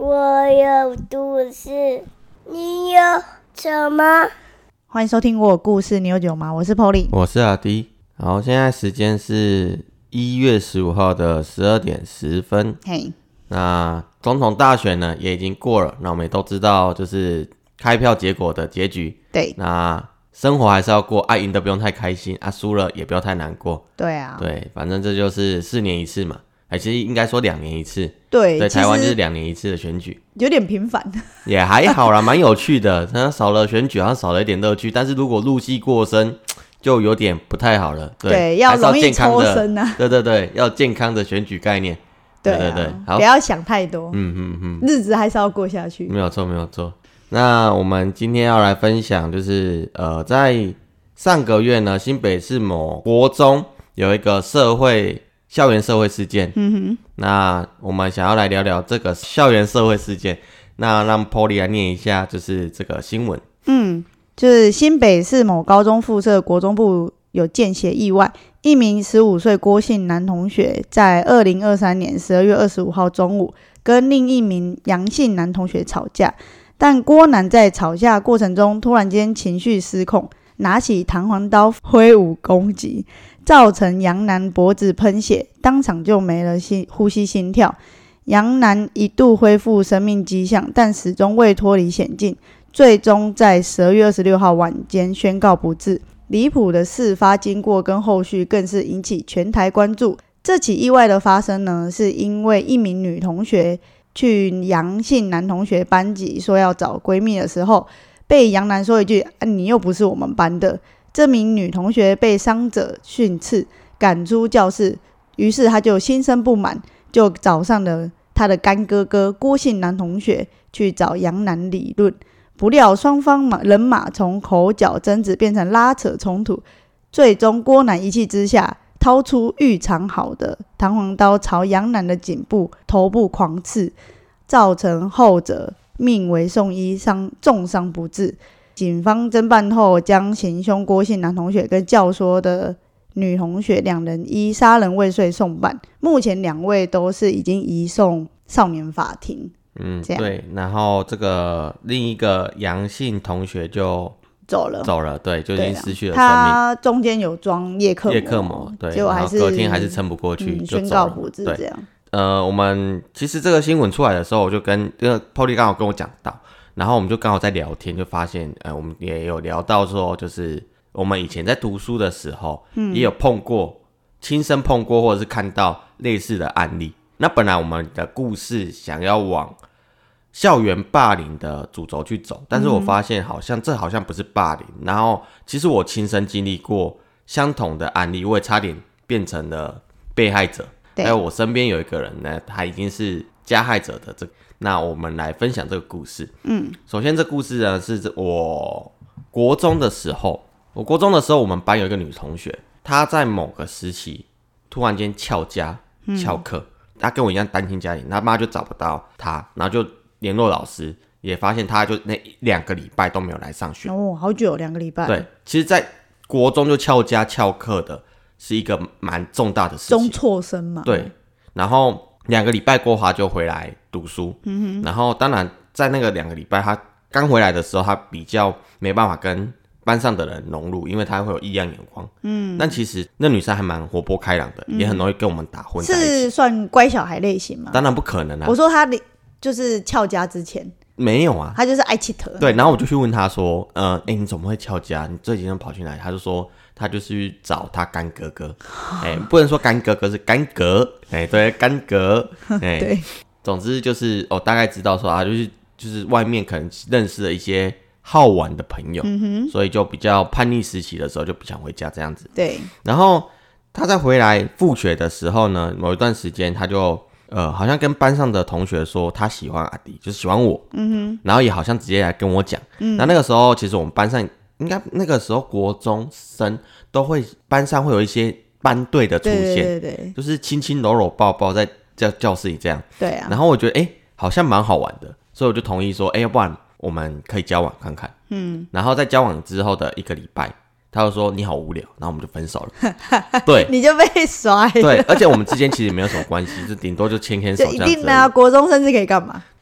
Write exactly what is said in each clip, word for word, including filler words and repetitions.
我有故事，你有酒吗？ 欢迎收听我有故事，你有酒吗？我是 Polly， 我是阿迪。好，现在时间是一月十五号的十二点十分。 嘿， 那总统大选呢也已经过了，那我们也都知道就是开票结果的结局。 对， 那生活还是要过，啊赢的不用太开心，啊输了也不要太难过。 对啊， 对，反正这就是四年一次嘛，哎，其实应该说两年一次。 对， 对，台湾就是两年一次的选举， 有点频繁， 也还好啦，蛮有趣的。它少了选举，好像少了一点乐趣，但是如果入戏过深，就有点不太好了。对， 对，要容易抽身啊。 对对对，要健康的选举概念。 对啊， 对对对，好， 不要想太多。 嗯嗯嗯， 日子还是要过下去。 没有错没有错。那我们今天要来分享，就是呃，在上个月呢，新北市某国中有一个社会校园社会事件。嗯哼，那我们想要来聊聊这个校园社会事件。那让 Polly 来念一下，就是这个新闻。 嗯，就是新北市某高中附设国中部有见血意外，一名十五岁郭姓男同学在二零二三年十二月二十五号中午跟另一名杨姓男同学吵架，但郭男在吵架过程中突然间情绪失控，拿起弹簧刀挥舞攻击，造成杨男脖子喷血，当场就没了心呼吸心跳。杨男一度恢复生命迹象，但始终未脱离险境，最终在十二月二十六号晚间宣告不治。离谱的事发经过跟后续更是引起全台关注。这起意外的发生呢，是因为一名女同学去杨姓男同学班级说要找闺蜜的时候，被杨男说一句、啊、你又不是我们班的。这名女同学被伤者训斥，赶出教室，于是她就心生不满，就找上了她的干哥哥郭姓男同学去找杨男理论。不料双方人马从口角争执变成拉扯冲突，最终郭男一气之下掏出预藏好的弹簧刀朝杨男的颈部、头部狂刺，造成后者命为送医伤重伤不治。警方侦办后将行凶郭姓男同学跟教唆的女同学两人依杀人未遂送办，目前两位都是已经移送少年法庭。 嗯，对，然后这个另一个杨姓同学就走了， 走了，对，就已经失去了生命。 他中间有装叶克膜， 叶克膜，对， 结果还是隔天还是撑不过去， 嗯、 就宣告不治这样。 呃，我们其实这个新闻出来的时候，我就跟这个 Polly 刚好跟我讲到，然后我们就刚好在聊天，就发现，呃，我们也有聊到说，就是我们以前在读书的时候，嗯、也有碰过，亲身碰过，或者是看到类似的案例。那本来我们的故事想要往校园霸凌的主轴去走，但是我发现好像这好像不是霸凌，然后其实我亲身经历过相同的案例，我也差点变成了被害者，还有我身边有一个人呢，他已经是加害者的这个，那我们来分享这个故事。嗯，首先这故事呢是我国中的时候，我国中的时候我们班有一个女同学，她在某个时期突然间翘家翘课，她跟我一样单亲家庭，她妈就找不到她，然后就联络老师，也发现他就那两个礼拜都没有来上学。 哦，好久，两个礼拜。 对，其实，在国中就翘家翘课的，是一个蛮重大的事情。 中辍生嘛。 对，然后两个礼拜过后，他就回来读书。嗯哼。然后，当然，在那个两个礼拜，他刚回来的时候，他比较没办法跟班上的人融入，因为他会有异样眼光。嗯。但其实那女生还蛮活泼开朗的，嗯、也很容易跟我们打混在一起。 是算乖小孩类型吗？ 当然不可能啊！ 我说他就是翘家之前没有啊， 他就是爱气头。 对，然后我就去问他说，呃，哎、欸，你怎么会翘家？你最近跑去哪里？他就说他就是去找他干哥哥，哎、欸，不能说干哥哥是干哥，哎、欸，对，干哥，哎、欸， 对， 总之就是我、哦、大概知道说啊，就是就是外面可能认识了一些好玩的朋友，嗯哼，所以就比较叛逆时期的时候就不想回家这样子。 对， 然后他在回来复学的时候呢，某一段时间他就。呃，好像跟班上的同学说他喜欢阿迪，就是喜欢我，嗯哼，然后也好像直接来跟我讲，嗯，那那个时候其实我们班上应该那个时候国中生都会班上会有一些班队的出现， 对对对对， 就是亲亲搂搂抱抱在教教室里这样， 对啊， 然后我觉得哎、欸、好像蛮好玩的，所以我就同意说，哎、欸，要不然我们可以交往看看，嗯，然后在交往之后的一个礼拜。他就说你好无聊，然后我们就分手了。对， 你就被甩了。 对，而且我们之间其实没有什么关系，就顶多就牵牵手这样子。 就一定的啊，国中生是可以干嘛？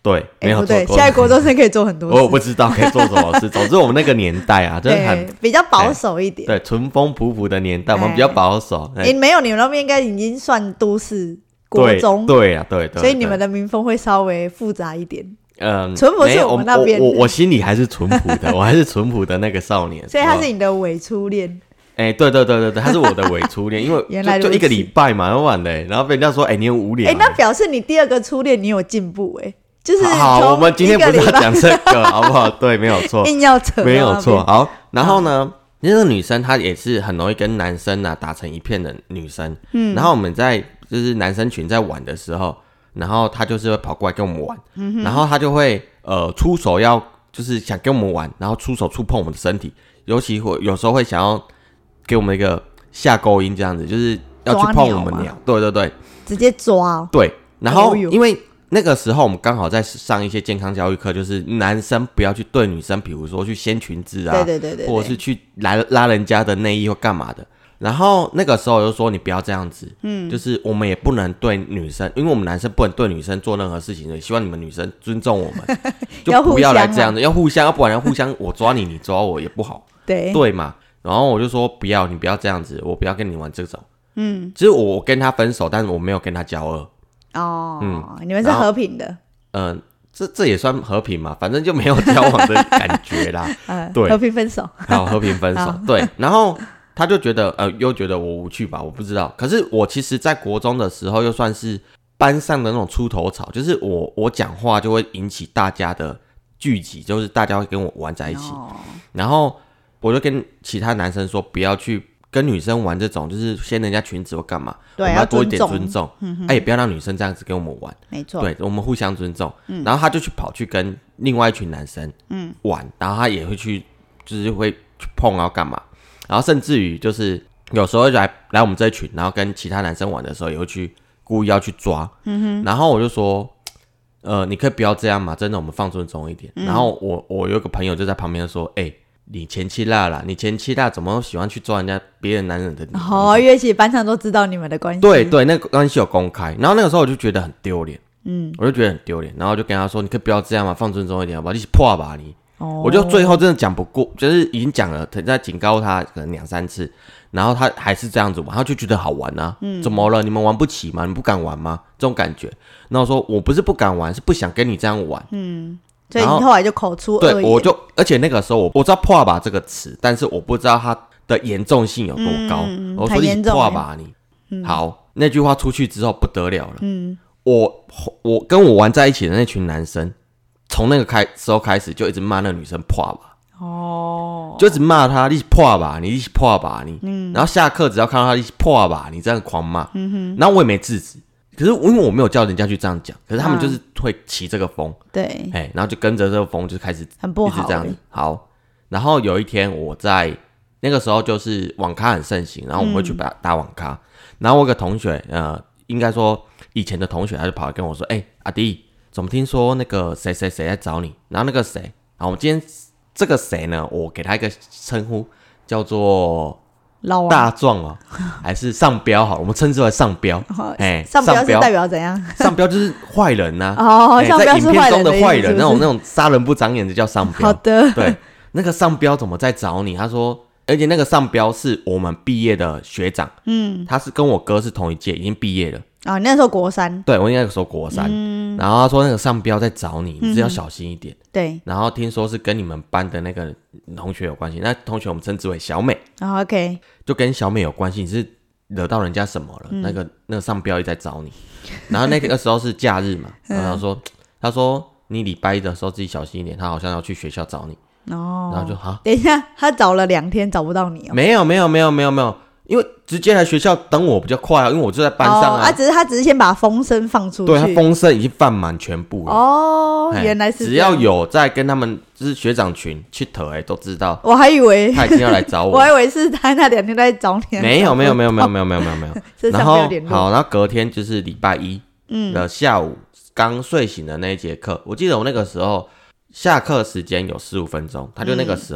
对，没有做过。 欸、现在国中生可以做很多事， 我不知道可以做什么事。总之我们那个年代啊，就是很比较保守一点， 对，淳风朴朴的年代，我们比较保守。 哎、欸，没有，你们那边应该已经算都市国中， 对对啊，对 对, 对， 所以你们的民风会稍微复杂一点。 嗯， 淳朴是我们那边， 我 我, 我心里还是淳朴的，我还是淳朴的那个少年。 所以他是你的伪初恋。 哎、欸，对对对对对，他是我的伪初恋，因为原来就, 就一个礼拜嘛，很晚的，然后被人家说，哎、欸，你很无聊。 哎、欸，那表示你第二个初恋你有进步哎，就是好，好我们今天不是要讲这个，好不好？对，没有错， 硬要扯， 没有错。好，然后呢，那个女生她也是很容易跟男生啊打成一片的女生，嗯，然后我们在就是男生群在玩的时候，然后她就是会跑过来跟我们玩，嗯、然后她就会呃出手要就是想跟我们玩，然后出手触碰我们的身体，尤其会有时候会想要给我们一个下钩音，这样子就是要去碰我们鸟，对对对， 直接抓、哦。 对，然后因为那个时候我们刚好在上一些健康教育课，就是男生不要去对女生，比如说去掀裙子啊， 对对对 对, 对， 或者是去拉拉人家的内衣或干嘛的。然后那个时候我就说你不要这样子，嗯，就是我们也不能对女生，因为我们男生不能对女生做任何事情的，希望你们女生尊重我们，就不要来这样子，要互相，要不然要互相，我抓你，你抓我也不好， 对对嘛。然后我就说不要，你不要这样子，我不要跟你玩这种。嗯，其实我跟他分手，但是我没有跟他交恶。 哦，嗯，你们是和平的。 嗯、呃，这这也算和平嘛，反正就没有交往的感觉啦。 呃、 对， 和平分手。 好，和平分手。对，然后他就觉得呃，又觉得我无趣吧，我不知道。可是我其实在国中的时候，又算是班上的那种出头草，就是我我讲话就会引起大家的聚集，就是大家会跟我玩在一起，哦、然后。我就跟其他男生说，不要去跟女生玩这种，就是掀人家裙子或干嘛。 对， 我们要多一点尊重。哎、 嗯欸，不要让女生这样子跟我们玩。 没错。 对，我们互相尊重、嗯。然后他就去跑去跟另外一群男生玩，嗯、然后他也会去，就是会去碰啊干嘛。然后甚至于就是有时候来来我们这一群，然后跟其他男生玩的时候，也会去故意要去抓。嗯哼。然后我就说，呃，你可以不要这样嘛，真的，我们放尊重一点。嗯、然后我我有个朋友就在旁边说，哎、欸。你前妻辣啦，你前妻辣怎么喜欢去抓人家别人男人的？ 哦，因为其实班上都知道你们的关系。 对对，那个关系有公开。然后那个时候我就觉得很丢脸，嗯，我就觉得很丢脸，然后就跟他说：“你可以不要这样嘛，放尊重一点好不好？你是破吧你。”哦，我就最后真的讲不过，就是已经讲了，在警告他可能两三次，然后他还是这样子玩，他就觉得好玩啊。嗯，怎么了？你们玩不起吗？你不敢玩吗？这种感觉。然后我说我不是不敢玩，是不想跟你这样玩。 嗯。所以你后来就口出恶言。 对，我就，而且那个时候我我知道破吧这个词，但是我不知道它的严重性有多高。嗯、我说你破吧你、嗯，好，那句话出去之后不得了了。嗯，我我跟我玩在一起的那群男生，从那个开时候开始就一直骂那个女生破吧。哦，就一直骂他，你破吧你，你破吧你。嗯，然后下课只要看到他，你破吧你，这样狂骂。嗯哼，然后我也没制止。可是因为我没有叫人家去这样讲，可是他们就是会骑这个风、啊， 对， 哎，然后就跟着这个风就开始很不好， 一直这样子。好，然后有一天我在那个时候就是网咖很盛行，然后我们会去打、嗯、打网咖，然后我有个同学，呃，应该说以前的同学，他就跑来跟我说：“哎、欸，阿弟，怎么听说那个谁谁谁在找你？”然后那个谁，好，我们今天这个谁呢？我给他一个称呼，叫做。大壮哦，还是上标好，我们称之为上标。哎、 哦，上标是代表怎样？ 上标就是坏人呐、 啊。哦、欸，上标是坏人的意思是不是？在影片中的坏人，那种那种杀人不长眼的叫上标。 好的， 对，那个上标怎么在找你？他说，而且那个上标是我们毕业的学长，嗯，他是跟我哥是同一届，已经毕业了。 啊、哦，那时候国三， 对我应该那时候国三、嗯，然后他说那个上标在找你，你是要小心一点、嗯。对，然后听说是跟你们班的那个同学有关系，那同学我们称之为小美。 哦 OK， 就跟小美有关系，你是惹到人家什么了？嗯、那个那个上标一直在找你，然后那个时候是假日嘛，然后他说、嗯、他说你礼拜一的时候自己小心一点，他好像要去学校找你。哦，然后就哈， 等一下，他找了两天找不到你哦。 没有没有没有没有没有。因为直接来学校等我比较快啊，因为我就在班上啊。 哦、啊只是他只是先把风声放出去， 对，他风声已经放满全部了。 哦，原来是这样。 只要有在跟他们就是学长群去特哎，都知道。 我还以为他已经要来找我， 我还以为是他那两天在找你。 没有没有没有没有没有没有没有没有。然后好，然后隔天就是礼拜一的下午刚睡醒的那一节课、嗯，我记得我那个时候下课时间有十五分钟，他就那个时候。嗯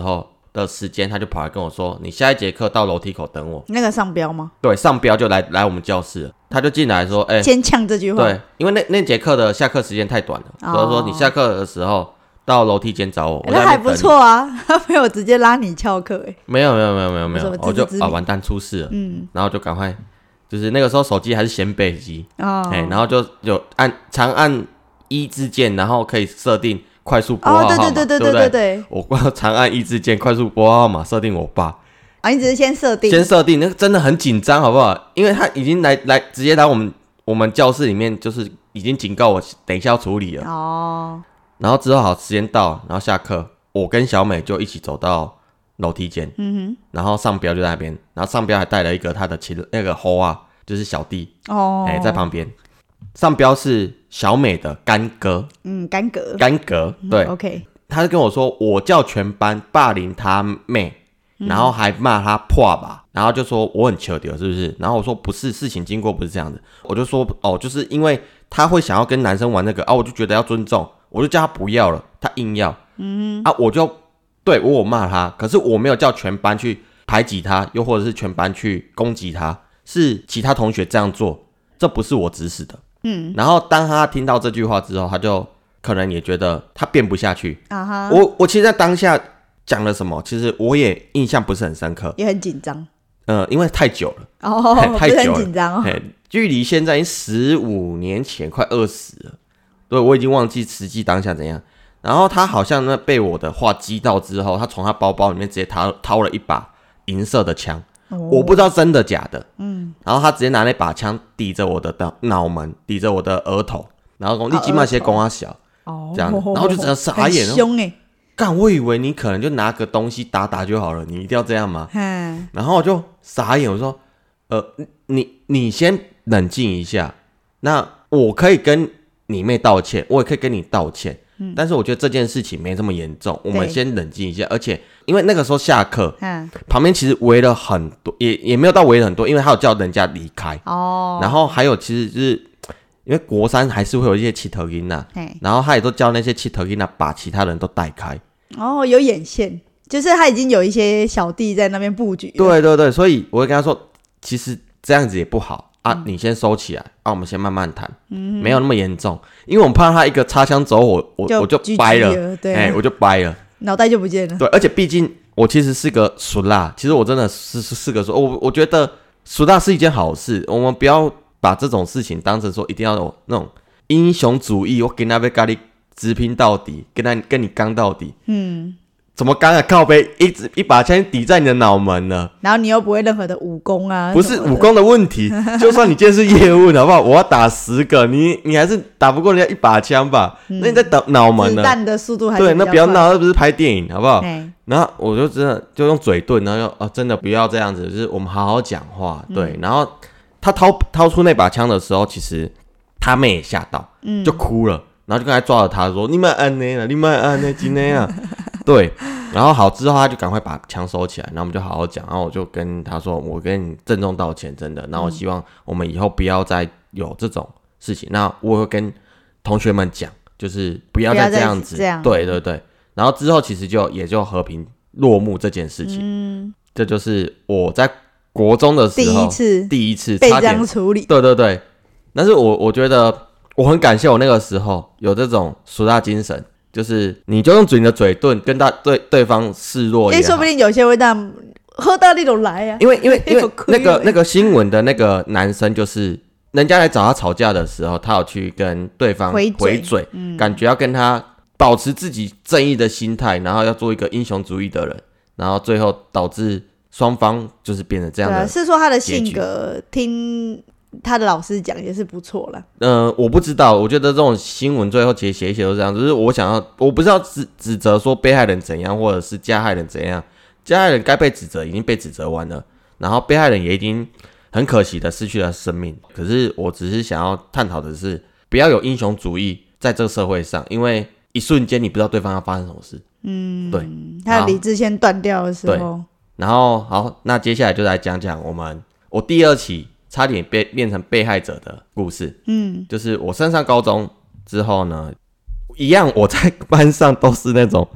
的时间，他就跑来跟我说：“你下一节课到楼梯口等我。” 那个上标吗？ 对，上标就来来我们教室了，他就进来说：“哎、欸， 先呛这句话。” 对，因为那那节课的下课时间太短了，哦、所以说你下课的时候到楼梯间找我。 欸、那还不错啊，他没有直接拉你翘课哎。 没有没有没有没有没有，我就啊完蛋出事了，嗯，然后就赶快，就是那个时候手机还是显北机哦，哎、欸，然后就有按长按一字键，然后可以设定。快速拨号号码， 哦，对对对对对对对， 我长按一字键，快速拨号号码，设定我爸。 啊，你只是先设定， 先设定，那个真的很紧张，好不好？因为他已经来来直接来我们我们教室里面，就是已经警告我，等一下要处理了。哦。然后之后好，时间到，然后下课，我跟小美就一起走到楼梯间，嗯哼，然后上标就在那边，然后上标还带了一个他的亲那个猴啊，就是小弟，哦，哎、欸，在旁边。上标是小美的干哥， 嗯，干哥， 干哥，对、嗯、 ，OK， 他就跟我说，我叫全班霸凌他妹，然后还骂他破吧，然后就说我很求丢，是不是？然后我说不是，事情经过不是这样的，我就说哦，就是因为他会想要跟男生玩那个啊，我就觉得要尊重，我就叫他不要了，他硬要，嗯啊，我就对我有骂他，可是我没有叫全班去排挤他，又或者是全班去攻击他，是其他同学这样做，这不是我指使的。嗯，然后当他听到这句话之后，他就可能也觉得他变不下去啊哈。我我其实，在当下讲了什么，其实我也印象不是很深刻， 也很紧张。 呃，因为太久了哦， 太久了， 很紧张哦。 距离现在已经十五年前，快二十了。对，我已经忘记实际当下怎样。然后他好像呢被我的话激到之后，他从他包包里面直接掏掏了一把银色的枪。哦、我不知道真的假的，嗯，然后他直接拿那把枪抵着我的脑门，抵着我的额头，然后讲你今晚先跟我小，哦，这样，然后就整个傻眼了， 很凶哎， 干，我以为你可能就拿个东西打打就好了，你一定要这样吗？嗯，然后我就傻眼，我说，呃，你你先冷静一下，那我可以跟你妹道歉，我也可以跟你道歉。嗯、但是我觉得这件事情没这么严重，我们先冷静一下。而且因为那个时候下课，嗯，旁边其实围了很多，也也没有到围了很多，因为他有叫人家离开。哦。然后还有其实就是因为国三还是会有一些气头音呐，然后他也都叫那些气头音呐把其他人都带开。 哦，有眼线，就是他已经有一些小弟在那边布局。 对对对，所以我会跟他说，其实这样子也不好。啊，嗯、你先收起来啊，我们先慢慢谈，嗯，没有那么严重，因为我们怕他一个擦枪走火，我就我就掰了， 了对， 哎、欸，我就掰了， 脑袋就不见了。 对，而且毕竟我其实是个熟辣，其实我真的是是是个说，我我觉得熟辣是一件好事，我们不要把这种事情当成说一定要有那种英雄主义，我跟他被咖喱直拼到底，跟他跟你刚到底，嗯。怎么刚啊？靠背一直一把枪抵在你的脑门了， 然后你又不会任何的武功啊？ 不是武功的问题，就算你今天是业务，好不好？我要打十个，你你还是打不过人家一把枪吧？嗯、那你在打脑门呢？ 子弹的速度还是对，那不要闹，那不是拍电影，好不好？然后我就真的就用嘴遁，然后又啊，真的不要这样子，就是我们好好讲话，对。嗯、然后他掏掏出那把枪的时候，其实他妹也吓到，嗯，就哭了，然后就刚才抓着他说：“你买安内了，你买安内今天啊。”对，然后好之后他就赶快把枪收起来，然后我们就好好讲，然后我就跟他说，我跟你郑重道歉，真的，然后我希望我们以后不要再有这种事情。嗯、那我会跟同学们讲，就是不要再这样子， 这样对对对。然后之后其实就也就和平落幕这件事情，嗯，这就是我在国中的时候第一次第一次被这样处理， 对对对。但是我我觉得我很感谢我那个时候有这种熟大精神。就是你就用你的嘴遁跟他对对方示弱也好， 因为说不定有些会当喝到那种来啊， 因为因为因为那个那个新闻的那个男生就是人家来找他吵架的时候，他有去跟对方回嘴，回嘴嗯、感觉要跟他保持自己正义的心态，然后要做一个英雄主义的人，然后最后导致双方就是变成这样的、啊。 是说他的性格听。他的老师讲也是不错啦。 呃，我不知道，我觉得这种新闻最后写写一写都这样，就是我想要，我不是要指指责说被害人怎样，或者是加害人怎样，加害人该被指责已经被指责完了，然后被害人也已经很可惜的失去了生命。可是我只是想要探讨的是，不要有英雄主义在这个社会上，因为一瞬间你不知道对方要发生什么事。嗯，对， 他的理智先断掉的时候。对， 然后好，那接下来就来讲讲我们我第二期。差点被变成被害者的故事，嗯，就是我升上高中之后呢，一样我在班上都是那种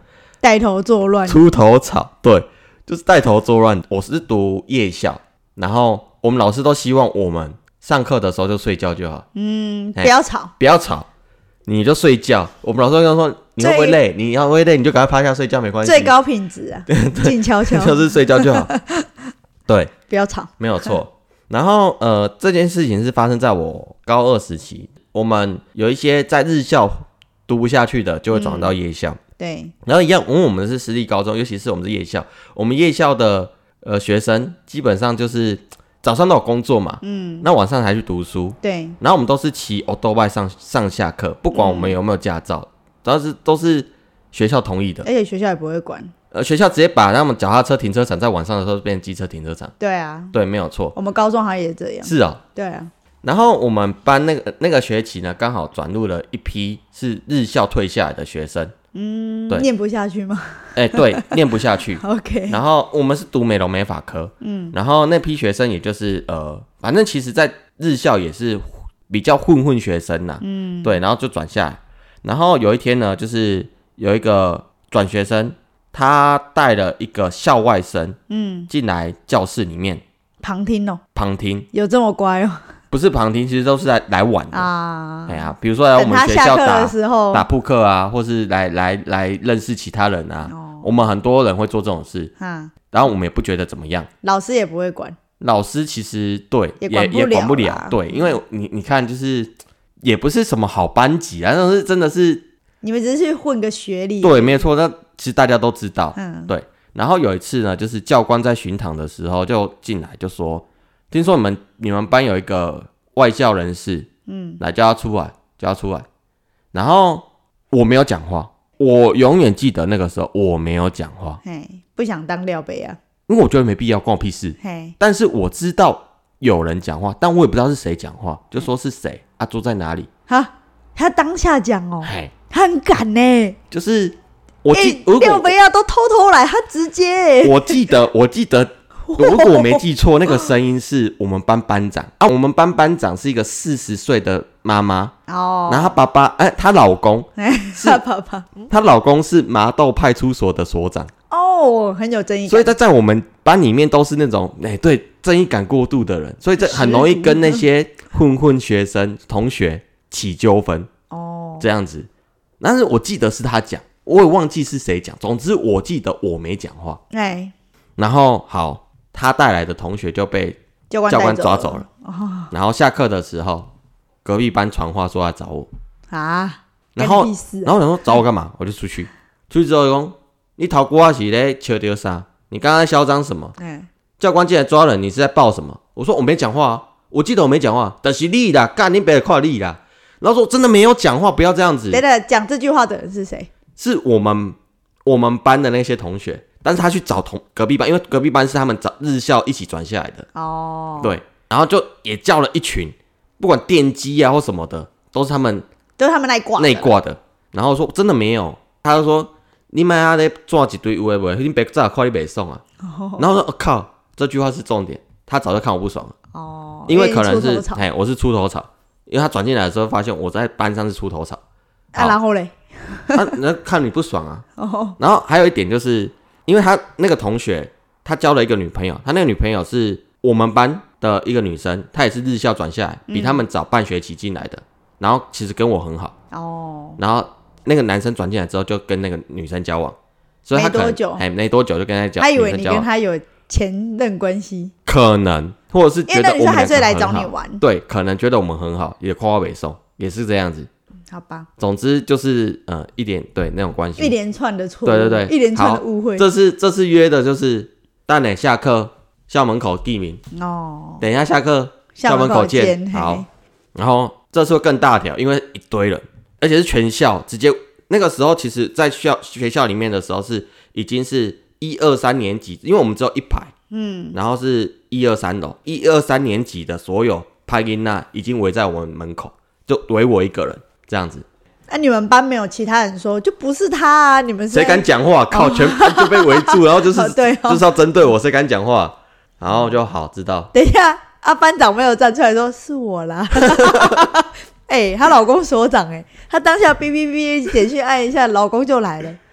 带头作乱， 出头草，对，就是带头作乱。我是读夜校，然后我们老师都希望我们上课的时候就睡觉就好， 嗯，不要吵， 不要吵，你就睡觉。我们老师跟说你会不会累？你要会累你就赶快趴下睡觉，没关系。 最高品质啊，静悄悄， 就是睡觉就好。对， 不要吵， 没有错。然后呃，这件事情是发生在我高二时期，我们有一些在日校读不下去的，就会转到夜校。嗯、 对， 然后一样，因为我们是私立高中，尤其是我们是夜校，我们夜校的呃学生基本上就是早上都有工作嘛，嗯，那晚上还去读书， 对。 然后我们都是骑 Autobike 上上下课，不管我们有没有驾照，主要、嗯、是都是学校同意的， 而且学校也不会管。 呃，学校直接把他们脚踏车停车场在晚上的时候变成机车停车场。 对啊， 对，没有错。 我们高中好像也这样。 是哦。 对啊。 然后我们班那个那个学期呢，刚好转入了一批是日校退下来的学生。 嗯，对，念不下去吗？ 哎、欸，对，念不下去。 OK。 然后我们是读美容美发科，嗯，然后那批学生也就是呃，反正其实在日校也是比较混混学生呐，嗯，对，然后就转下来。然后有一天呢，就是有一个转学生。他带了一个校外生，嗯，进来教室里面旁听哦， 旁听， 有这么乖哦？ 不是旁听，其实都是来来玩的啊。哎呀，比如说来我们学校打打扑克啊，或是来来来认识其他人啊。哦、我们很多人会做这种事，嗯，然后我们也不觉得怎么样， 老师也不会管。 老师其实对也管不了， 也管不了，对，因为你你看，就是也不是什么好班级啊，那是真的是。 你们只是去混个学历， 对，没有错。那其实大家都知道，嗯，对。然后有一次呢，就是教官在巡堂的时候就进来就说：“听说你们你们班有一个外校人士，嗯，来叫他出来，叫他出来。”然后我没有讲话，我永远记得那个时候我没有讲话， 嘿，不想当料杯啊， 因为我觉得没必要，关我屁事。嘿，但是我知道有人讲话，但我也不知道是谁讲话，就说是谁啊，坐在哪里？ 哈，他当下讲哦，嘿。他很敢呢， 就是我记， 欸、廖北亚都偷偷来，他直接。 我记得，我记得，如果我没记错，那个声音是我们班班长啊。我们班班长是一个四十岁的妈妈哦，然后她爸爸，哎、欸，她老公是她爸爸， 她老公是麻豆派出所的所长哦，很有正义感。 所以在在我们班里面都是那种哎、欸，对正义感过度的人，所以这很容易跟那些混混学生同学起纠纷哦，这样子。但是我记得是他讲，我也忘记是谁讲。总之我记得我没讲话。哎，然后好，他带来的同学就被教官抓走了。哦、然后下课的时候，隔壁班传话说要找我啊。然后，然后我想说找我干嘛？我就出去，出去之后说你逃过是咧笑丢啥？你刚刚在嚣张什么？嗯，教官进来抓人，你是在报什么？我说我没讲话啊，我记得我没讲话，但是你啦，干你别看你啦。然后说真的没有讲话，不要这样子。 对的，讲这句话的人是谁？ 是我们我们班的那些同学，但是他去找同隔壁班，因为隔壁班是他们找日校一起转下来的。哦，对，然后就也叫了一群，不管电机啊或什么的，都是他们， 都是他们那一挂那挂的。然后说真的没有，他就说你买啊咧抓一堆有的没，你别早看你别送啊。哦、然后说、哦、靠，这句话是重点，他早就看我不爽了。哦，因为可能是哎，我是出头草。因为他转进来的时候，发现我在班上是出头草啊，然后嘞， 他那看你不爽啊。哦，然后还有一点就是，因为他那个同学，他交了一个女朋友，他那个女朋友是我们班的一个女生，她也是日校转下来，比他们早半学期进来的。嗯、然后其实跟我很好哦。然后那个男生转进来之后，就跟那个女生交往，所以他可能没多久，哎，没多久就跟他交。 他以为你跟他有前任关系， 可能。或者是觉得我们两个很好，因为那女生还是来找你玩， 对，可能觉得我们很好，也夸我北宋，也是这样子。 好吧， 总之就是呃一点对那种关系， 一连串的错误， 对对对， 一连串的误会。 这次这次约的就是待会下课校门口地名哦，等一下下课校门口见。好，然后这次会更大条，因为一堆人，而且是全校直接。那个时候其实，在校学校里面的时候是已经是一二三年级，因为我们只有一排。嗯，然后是一二三楼，一二三年级的所有派音娜已经围在我们门口，就围我一个人这样子。 那、啊、你们班没有其他人说，就不是他啊？你们谁敢讲话？靠，全班就被围住，然后就是、哦对哦、就是要针对我，谁敢讲话？然后就好知道。 等一下，啊，班长没有站出来说是我啦。哎、欸，她老公所长哎、欸，她当下哔哔哔点去按一下，老公就来了。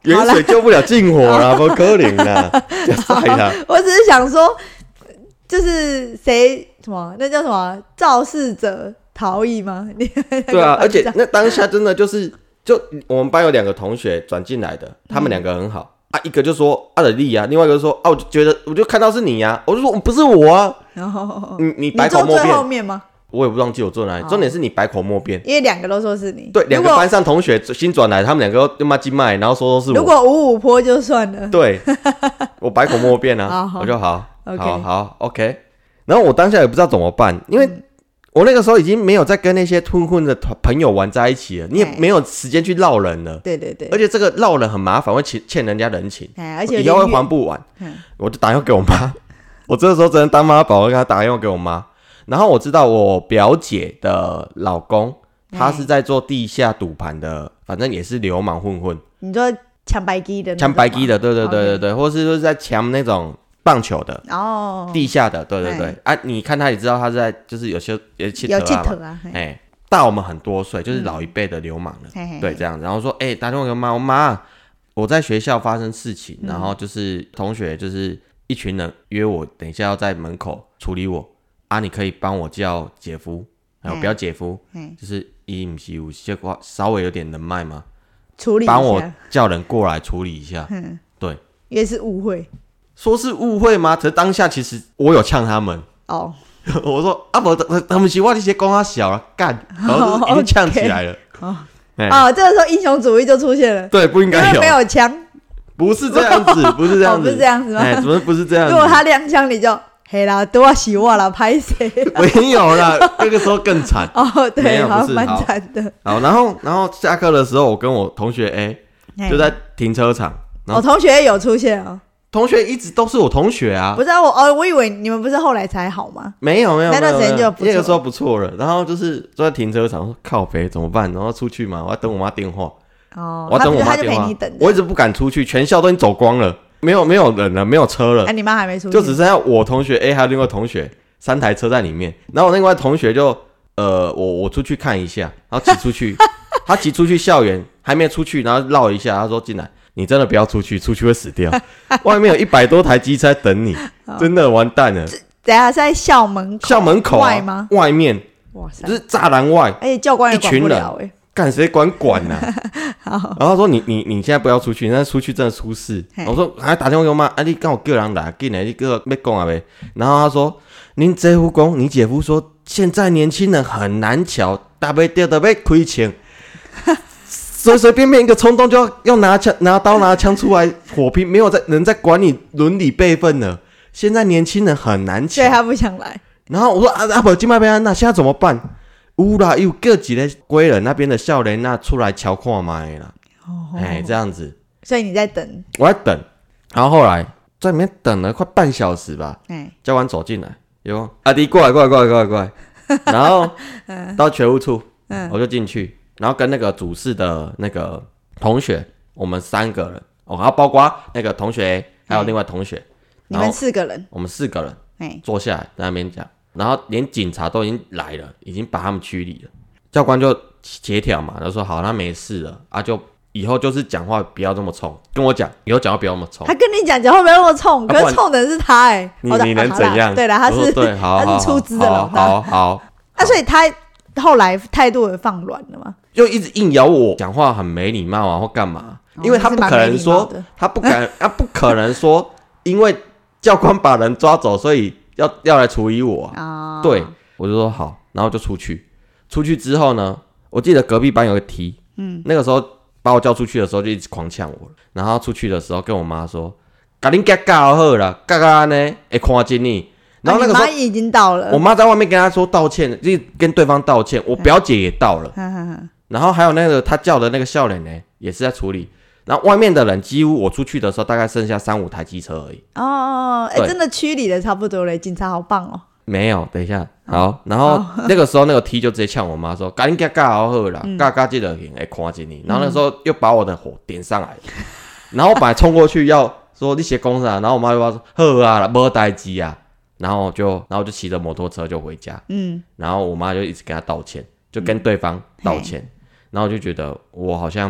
远水救不了近火啦，不可能啦，就晒啦。 我只是想说，就是谁什么那叫什么肇事者逃逸吗？ 对啊，而且那当下真的就是，就我们班有两个同学转进来的，他们两个很好、嗯、啊，一个就说阿德利啊，另外一个说啊，我就觉得我就看到是你啊，我就说不是我啊， 哦、 你你百口莫辩。你坐最后面吗？ 我也不忘记我坐哪里、哦，重点是你百口莫辩， 因为两个都说是你。 对，两个班上同学新转来，他们两个又骂鸡麦，然后说都是我。 如果五五坡就算了。 对，我百口莫辩啊，我就好，好，好，好 ，OK。然后我当下也不知道怎么办，因为我那个时候已经没有在跟那些混混的朋友玩在一起了，你也没有时间去闹人了。 对对对。 而且这个闹人很麻烦，会欠欠人家人情， 而且以后会还不完。我就打电话给我妈，我这个时候只能当妈宝，我跟她打电话给我妈。然后我知道我表姐的老公，他是在做地下赌盘的，反正也是流氓混混。 你说抢白鸡的？ 抢白鸡的，对对对对对， okay. 或是说是在抢那种棒球的哦，地下的，对对对。啊，你看他也知道他是在就是有些有气头啊，哎、欸，大我们很多岁，就是老一辈的流氓了、嗯，对这样。然后说，哎、欸，打电话给我妈，我妈，我在学校发生事情，然后就是同学就是一群人约我，等一下要在门口处理我。啊，你可以帮我叫姐夫，还有不要姐夫，就是伊不是有些稍微有点人脉吗？ 处理一下， 帮我叫人过来处理一下。对， 也是误会， 说是误会吗？可是当下其实我有呛他们。哦，我说啊不，他们是我这些公他小了干，然后已经呛起来了。 哦，哦，这个时候英雄主义就出现了。 对，不应该有， 因为没有枪。 不是这样子，不是这样子， 哦、不是这样子吗？ 哎，怎么不是这样子？ 如果他亮枪，你就。嘿啦，都要洗我啦，拍谁？ 没有啦，那个时候更惨哦，对，好像蛮惨的。 好，然后然后下课的时候，我跟我同学 A 就在停车场。 我、哦、同学有出现哦。 同学一直都是我同学啊。 不是啊，我哦，我以为你们不是后来才好吗？ 没有没有， 那段时间就不错， 那个时候不错了。然后就是坐在停车场，说靠北怎么办？然后出去嘛，我要等我妈电话。哦，我要等我妈电话。我一直不敢出去，全校都已经走光了。没有没有人了，没有车了。 哎、啊，你妈还没出去， 就只剩下我同学 A 还有另外同学三台车在里面。然后我另外同学就呃，我我出去看一下，然后骑出去，他骑出去校园还没出去，然后绕一下，他说进来，你真的不要出去，出去会死掉。外面有一百多台机车等你，真的完蛋了。 等下是在校门口， 校门口、啊、 外吗？ 外面，哇塞，就是栅栏外， 而且教官也管不了哎、欸。 干谁管管呐、啊？然后他说你你你现在不要出去，你现在出去真的出事。我说还打电话给我妈，啊你刚好叫人来，进来你叫要讲啊呗。然后他说您姐夫讲，你姐夫说现在年轻人很难瞧，大不掉的被亏钱，随随便便一个冲动就要要拿枪拿刀拿枪出来火拼，没有在人在管你伦理辈分了。现在年轻人很难瞧， 所以他不想来。 然后我说啊啊不，今麦被安那现在怎么办？有啦，有叫几个归人那边的少年那出来瞧看卖啦，哎、哦，这样子。 所以你在等？ 我在等，然后后来在里面等了快半小时吧。哎，教官走进来，有阿迪过来过来过来过来过来，然后到学务处，嗯，我就进去，然后跟那个主事的那个同学，我们三个人，哦，然后包括那个同学还有另外同学， 你们四个人， 我们四个人，哎，坐下来在那边讲。然后连警察都已经来了，已经把他们驱离了。教官就协调嘛，他说好，他没事了啊，就以后就是讲话不要这么冲，跟我讲，以后讲话不要那么冲。 他跟你讲讲话不要那么冲，可是冲的是他哎、欸， 你你能怎样？ 对了，他是对，好， 他是出资的老大， 好好。 啊，所以他后来态度也放软了吗？ 就一直硬咬我，讲话很没礼貌啊，或干嘛？哦、因为他不可能说，他不敢，他不可能说，因为教官把人抓走，所以。要要来处理我、啊 oh. 对，我就说好，然后就出去。出去之后呢，我记得隔壁班有个 T， 嗯，那个时候把我叫出去的时候就一直狂呛我，然后出去的时候跟我妈说，赶紧教好啦，教教呢会看见你。然后那个时候、啊、 你妈已经到了， 我妈在外面跟他说道歉，就跟对方道歉。我表姐也到了，然后还有那个他叫的那个少年呢，也是在处理。然后外面的人几乎我出去的时候大概剩下三五台机车而已。哦哦，哎，真的驱离的差不多了，警察好棒哦。 没有，等一下，好，然后那个时候那个 T 就直接呛我妈说：“赶紧教教好啦，教教这个人会看见你。”然后那时候又把我的火点上来，然后我本来冲过去要说你写公啥，然后我妈就说：“好啊，没代志啊。”然后就然后就骑着摩托车就回家。嗯，然后我妈就一直跟他道歉，就跟对方道歉，然后我就觉得我好像。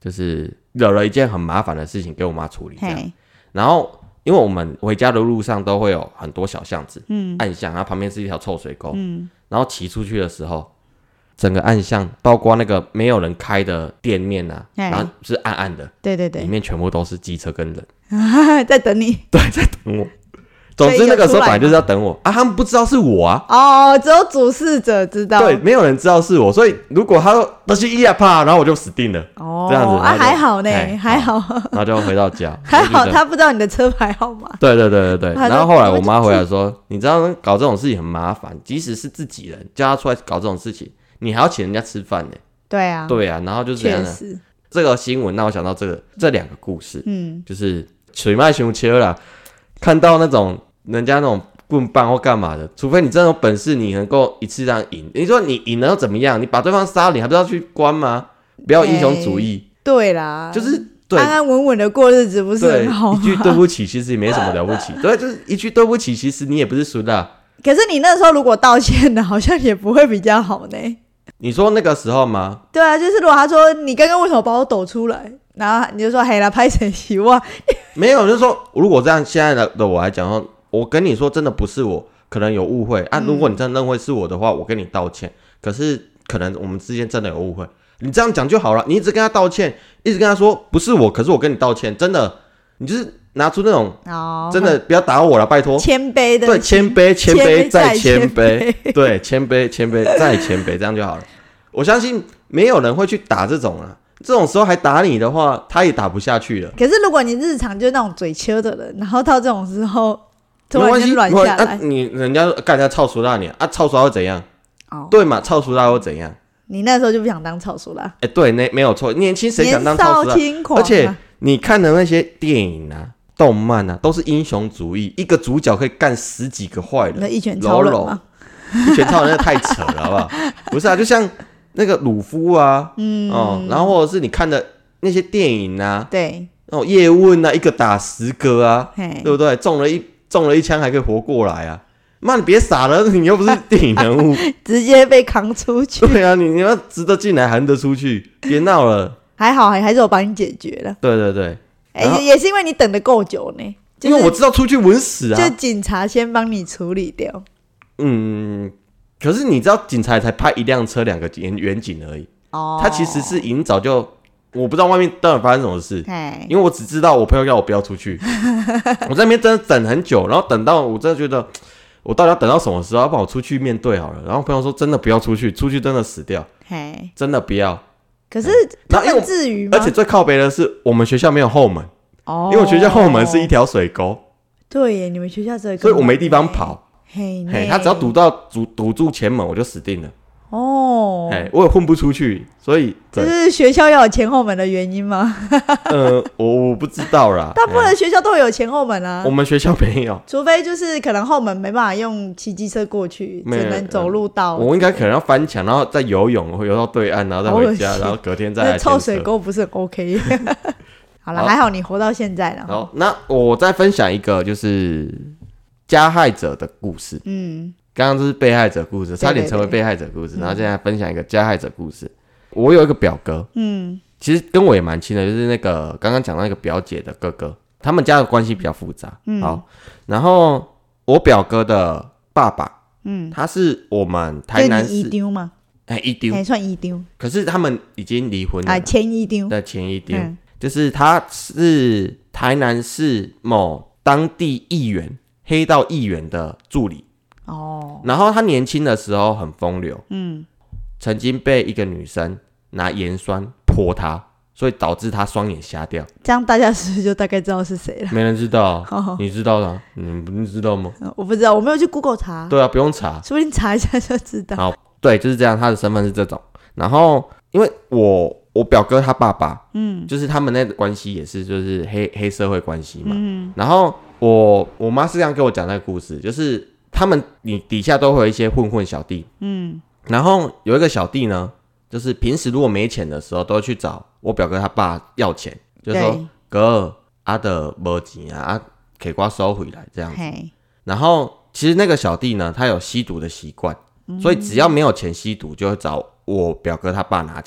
就是惹了一件很麻烦的事情给我妈处理这样。 嘿然后因为我们回家的路上都会有很多小巷子， 嗯暗巷，然后旁边是一条臭水沟， 嗯， 然后骑出去的时候，整个暗巷，包括那个没有人开的店面啊， 嘿然后是暗暗的， 对对对， 里面全部都是机车跟人， 在等你。 对，在等我。总之那个时候本来就是要等我啊，他们不知道是我啊。 哦，只有主事者知道。 对，没有人知道是我，所以如果他说都是伊亚帕，然后我就死定了。 哦， 这样子啊，还好呢， 哎还好， 然后就回到家， 还好我就觉得他不知道你的车牌号码。 对对对对对。 他就然后后来我妈回来说，你知道搞这种事情很麻烦，即使是自己人叫他出来搞这种事情，你还要请人家吃饭呢。 对啊， 对啊，然后就是这样的。 确实， 这个新闻让我想到这个这两个故事， 嗯， 就是水脉熊切啦，看到那种人家那种棍棒或干嘛的，除非你真的有本事，你能够一次这样赢。你说你赢了又怎么样？你把对方杀了，你还不是要去关吗？不要英雄主义， 对啦， 就是对安安稳稳的过日子不是对很好吗？ 一句对不起，其实也没什么了不起。对，就是一句对不起，其实你也不是输的、啊。 可是你那时候如果道歉的，好像也不会比较好呢。 你说那个时候吗？ 对啊，就是如果他说你刚刚为什么把我抖出来，然后你就说嘿啦拍谁希望， 没有，就是说如果这样现在的我来讲说，我跟你说真的不是我，可能有误会啊。如果你真的认为是我的话，我跟你道歉。可是可能我们之间真的有误会，你这样讲就好了。你一直跟他道歉，一直跟他说不是我，可是我跟你道歉，真的，你就是拿出那种、 哦、 真的不要打我了，拜托。 谦卑的， 对，谦卑，谦卑再谦卑， 对，谦卑，谦卑再谦卑，这样就好了。我相信没有人会去打这种啊，这种时候还打你的话，他也打不下去了。 可是如果你日常就是那种嘴丘的人，然后到这种时候突没关系， 然间软下来， 啊、你人家干人家操熟大你啊，操熟大会怎样？ 哦， 对嘛，操熟大会怎样？ 你那时候就不想当草叔啦？ 哎、欸，对，那没有错，年轻谁想当操熟大？ 年少轻狂、啊， 而且你看的那些电影啊、动漫啊，都是英雄主义，一个主角可以干十几个坏人， 那一拳超人吗？ 一拳超人那太扯了，好不好？不是啊，就像那个鲁夫啊，嗯，哦，然后或者是你看的那些电影啊， 对， 哦，叶问啊，一个打十个啊，对不对？中了一中了一枪还可以活过来啊！妈，你别傻了，你又不是电影人物， 直接被扛出去。 对啊，你你要值得进来，含得出去，别闹了。 还好，还还是我帮你解决了。 对对对， 哎、欸，也是因为你等得够久呢、就是， 因为我知道出去稳死啊， 就警察先帮你处理掉。 嗯，可是你知道，警察才派一辆车，两个远警而已。哦，他其实是已经早就，我不知道外面到底发生什么事，因为我只知道我朋友要我不要出去，我在那边真的等很久，然后等到我真的觉得，我到底要等到什么时候？要不然我出去面对好了。然后朋友说，真的不要出去，出去真的死掉，真的不要。 可是他们至于吗？ 而且最靠北的是，我们学校没有后门，哦，因为我学校后门是一条水沟。对耶，你们学校这个， 所以我没地方跑。 嘿， 嘿，他只要堵到堵堵住前门，我就死定了。哦，哎，我也混不出去，所以这是学校要有前后门的原因吗？ 呃，我我不知道啦。 大部分的学校都有前后门啊， 我们学校没有， 除非就是可能后门没办法用骑机车过去，只能走路到。 我应该可能要翻墙，然后再游泳，游到对岸，然后再回家，然后隔天再来。 臭水沟不是很 OK？ 好了，还好你活到现在了。 好，那我再分享一个就是加害者的故事。嗯。刚刚这是被害者故事，差点成为被害者故事，对对对，然后现在分享一个加害者故事。嗯、我有一个表哥，嗯，其实跟我也蛮亲的，就是那个刚刚讲到那个表姐的哥哥，他们家的关系比较复杂。嗯，好，然后我表哥的爸爸，嗯，他是我们台南市姨丢吗？ 哎，姨丢， 还算姨丢， 可是他们已经离婚了， 啊，前姨丢， 对，前姨丢，嗯，就是他是台南市某当地议员、黑道议员的助理。哦，然后他年轻的时候很风流，嗯，曾经被一个女生拿盐酸泼他，所以导致他双眼瞎掉。 这样大家是不是就大概知道是谁了？ 没人知道，哦，你知道的，你不知道吗？ 我不知道，我没有去 Google 查。 对啊，不用查， 说不定查一下就知道。 好，对，就是这样，他的身份是这种。然后，因为我我表哥他爸爸，嗯，就是他们那个关系也是就是黑黑社会关系嘛。嗯，然后我我妈是这样跟我讲那个故事，就是。他们你底下都会有一些混混小弟，嗯，然后有一个小弟呢，就是平时如果没钱的时候，都会去找我表哥他爸要钱，就说哥阿的没钱啊，啊可以给我收回来这样子。然后其实那个小弟呢，他有吸毒的习惯，嗯，所以只要没有钱吸毒，就会找我表哥他爸拿钱。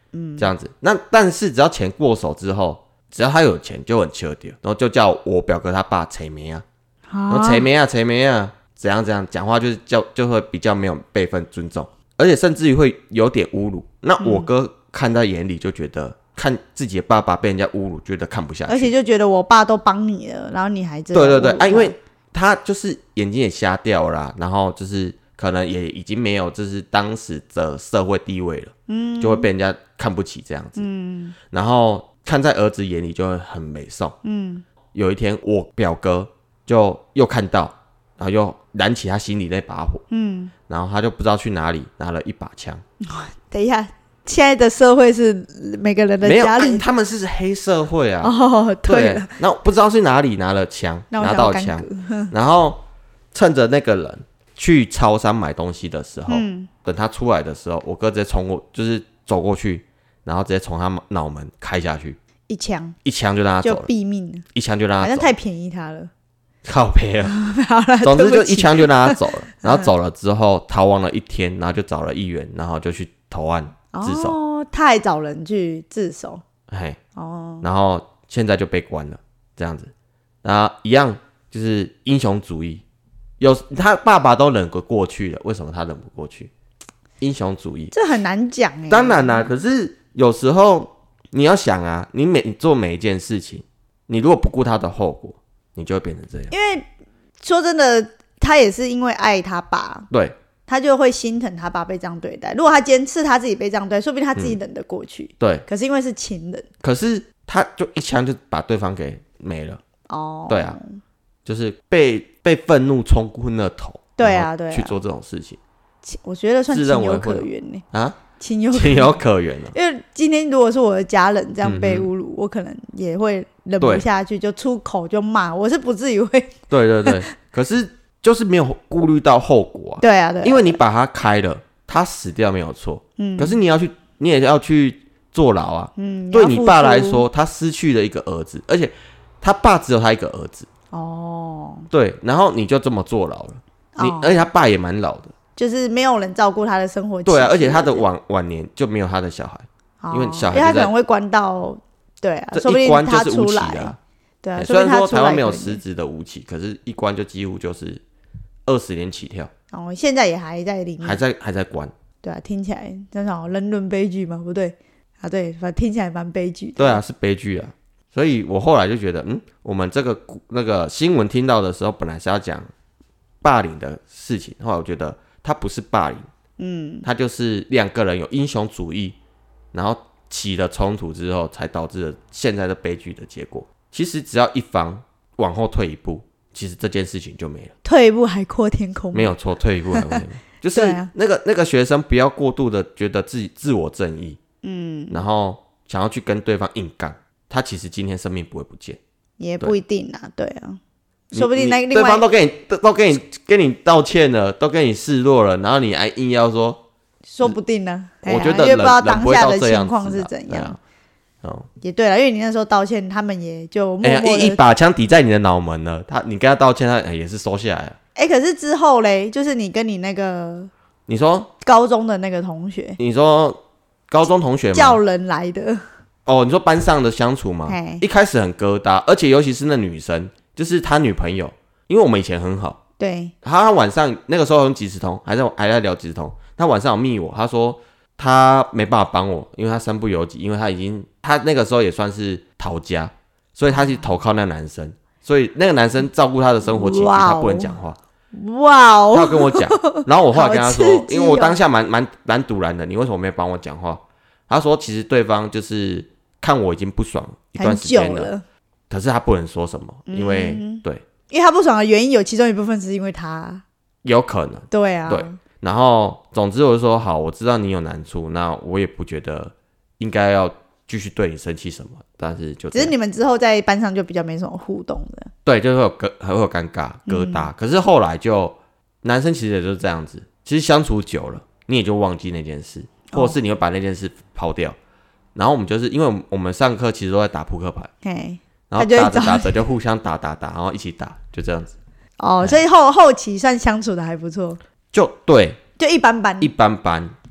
嗯，这样子。那但是只要钱过手之后，只要他有钱就很缺掉，然后就叫我表哥他爸扯梅啊，然后扯梅啊扯梅啊，怎样怎样讲话就是叫就会比较没有辈分尊重，而且甚至于会有点侮辱。那我哥看在眼里就觉得。看自己的爸爸被人家侮辱，觉得看不下去， 而且就觉得我爸都帮你了，然后你还这样。 对对对啊，因为他就是眼睛也瞎掉了啦，然后就是可能也已经没有就是当时的社会地位了，嗯，就会被人家看不起这样子，嗯，然后看在儿子眼里就会很美颂，嗯，有一天我表哥就又看到，然后又燃起他心里那把火，嗯，然后他就不知道去哪里拿了一把枪， 等一下。现在的社会是每个人的家里， 没有、啊、他们是黑社会啊。 哦，对了， 那不知道是哪里拿了枪，拿到枪，然后趁着那个人去超商买东西的时候，嗯、等他出来的时候，我哥直接冲过，就是走过去，然后直接从他脑门开下去， 一枪， 一枪就让他走了， 就毙命了， 一枪就让他走了， 好像太便宜他了， 靠北了。 好了， 总之就一枪就让他走了，然后走了之后逃亡了一天，然后就找了议员，然后就去投案。自首哦，他还找人去自首， 嘿，哦，然后现在就被关了，这样子，然后一样就是英雄主义，有他爸爸都忍过去了，为什么他忍不过去？英雄主义， 这很难讲哎。 当然啦、啊，可是有时候你要想啊，你每你做每一件事情，你如果不顾他的后果，你就会变成这样。 因为说真的，他也是因为爱他爸， 对。 他就会心疼他爸被这样对待。如果他今天是他自己被这样对待，说不定他自己忍得过去。嗯、 对， 可是因为是情人， 可是他就一枪就把对方给没了。哦，对啊，就是被被愤怒冲昏了头。 对啊，对啊， 去做这种事情， 我觉得算情有可原呢、欸。 啊， 情有情有可原了。 因为今天如果是我的家人这样被侮辱，嗯、我可能也会忍不下去，就出口就骂。我是不至于会。 对对对，可是。就是没有顾虑到后果啊， 对啊，对啊， 因为你把他开了，他死掉没有错，嗯，可是你要去，你也要去坐牢啊，嗯，对你爸来说，他失去了一个儿子，而且他爸只有他一个儿子，哦，对，然后你就这么坐牢了，你，哦、而且他爸也蛮老的， 就是没有人照顾他的生活， 对啊，而且他的晚晚年就没有他的小孩，哦、因为小孩因为他可能会关到，对啊，说不定他出来啊， 对啊， 虽然说台湾没有实质的无期，可是一关就几乎就是。二十年起跳， 哦，现在也还在里面， 还在还在关， 对啊，听起来真是好人伦悲剧吗？不对啊，对，反正听起来蛮悲剧的。 对啊，是悲剧啊，所以我后来就觉得，嗯，我们这个那个新闻听到的时候，本来是要讲霸凌的事情，后来我觉得它不是霸凌，嗯，它就是两个人有英雄主义，然后起了冲突之后，才导致了现在的悲剧的结果。其实只要一方往后退一步。其实这件事情就没了， 退一步海阔天空， 没有错，退一步海阔天空，就是那个、啊、那个学生不要过度的觉得自己自我正义，嗯，然后想要去跟对方硬干，他其实今天生命不会不见， 也不一定啊，对啊，说不定那个对方都跟你都都跟你跟你道歉了，都跟你示弱了，然后你还硬要说， 说不定呢、啊， 我觉得因为不知道当下的情况是怎样。 哦， 也对了，因为你那时候道歉，他们也就默默的、 欸、一, 一把枪抵在你的脑门了，他你跟他道歉，他、欸、也是收下来了。 哎、欸，可是之后嘞，就是你跟你那个你说高中的那个同学， 你说高中同学吗？ 叫人来的哦，你说班上的相处吗？一开始很疙瘩，而且尤其是那女生，就是他女朋友，因为我们以前很好， 对， 他晚上那个时候用即时通，还在还在聊即时通，他晚上有密我，他说。他没办法帮我，因为他身不由己，因为他已经他那个时候也算是逃家，所以他去投靠那个男生，所以那个男生照顾他的生活起居，他不能讲话。 哇哦！ 他要跟我讲，然后我后来跟他说，哦、因为我当下蛮蛮蛮堵然的，你为什么没有帮我讲话？他说其实对方就是看我已经不爽一段时间 了, 了，可是他不能说什么，因为、嗯、对， 因为他不爽的原因有其中一部分是因为他， 有可能， 对啊， 对。然后，总之我就说好，我知道你有难处，那我也不觉得应该要继续对你生气什么，但是就只是你们之后在班上就比较没什么互动的， 对，就会有疙还会有尴尬疙瘩、嗯。可是后来就男生其实也就是这样子，其实相处久了，你也就忘记那件事，或者是你会把那件事抛掉。哦、然后我们就是因为我们上课其实都在打扑克牌，然后打着打着就互相打打打，然后一起打，就这样子。 哦，所以后后期算相处的还不错。 就对， 就一般般， 一般般。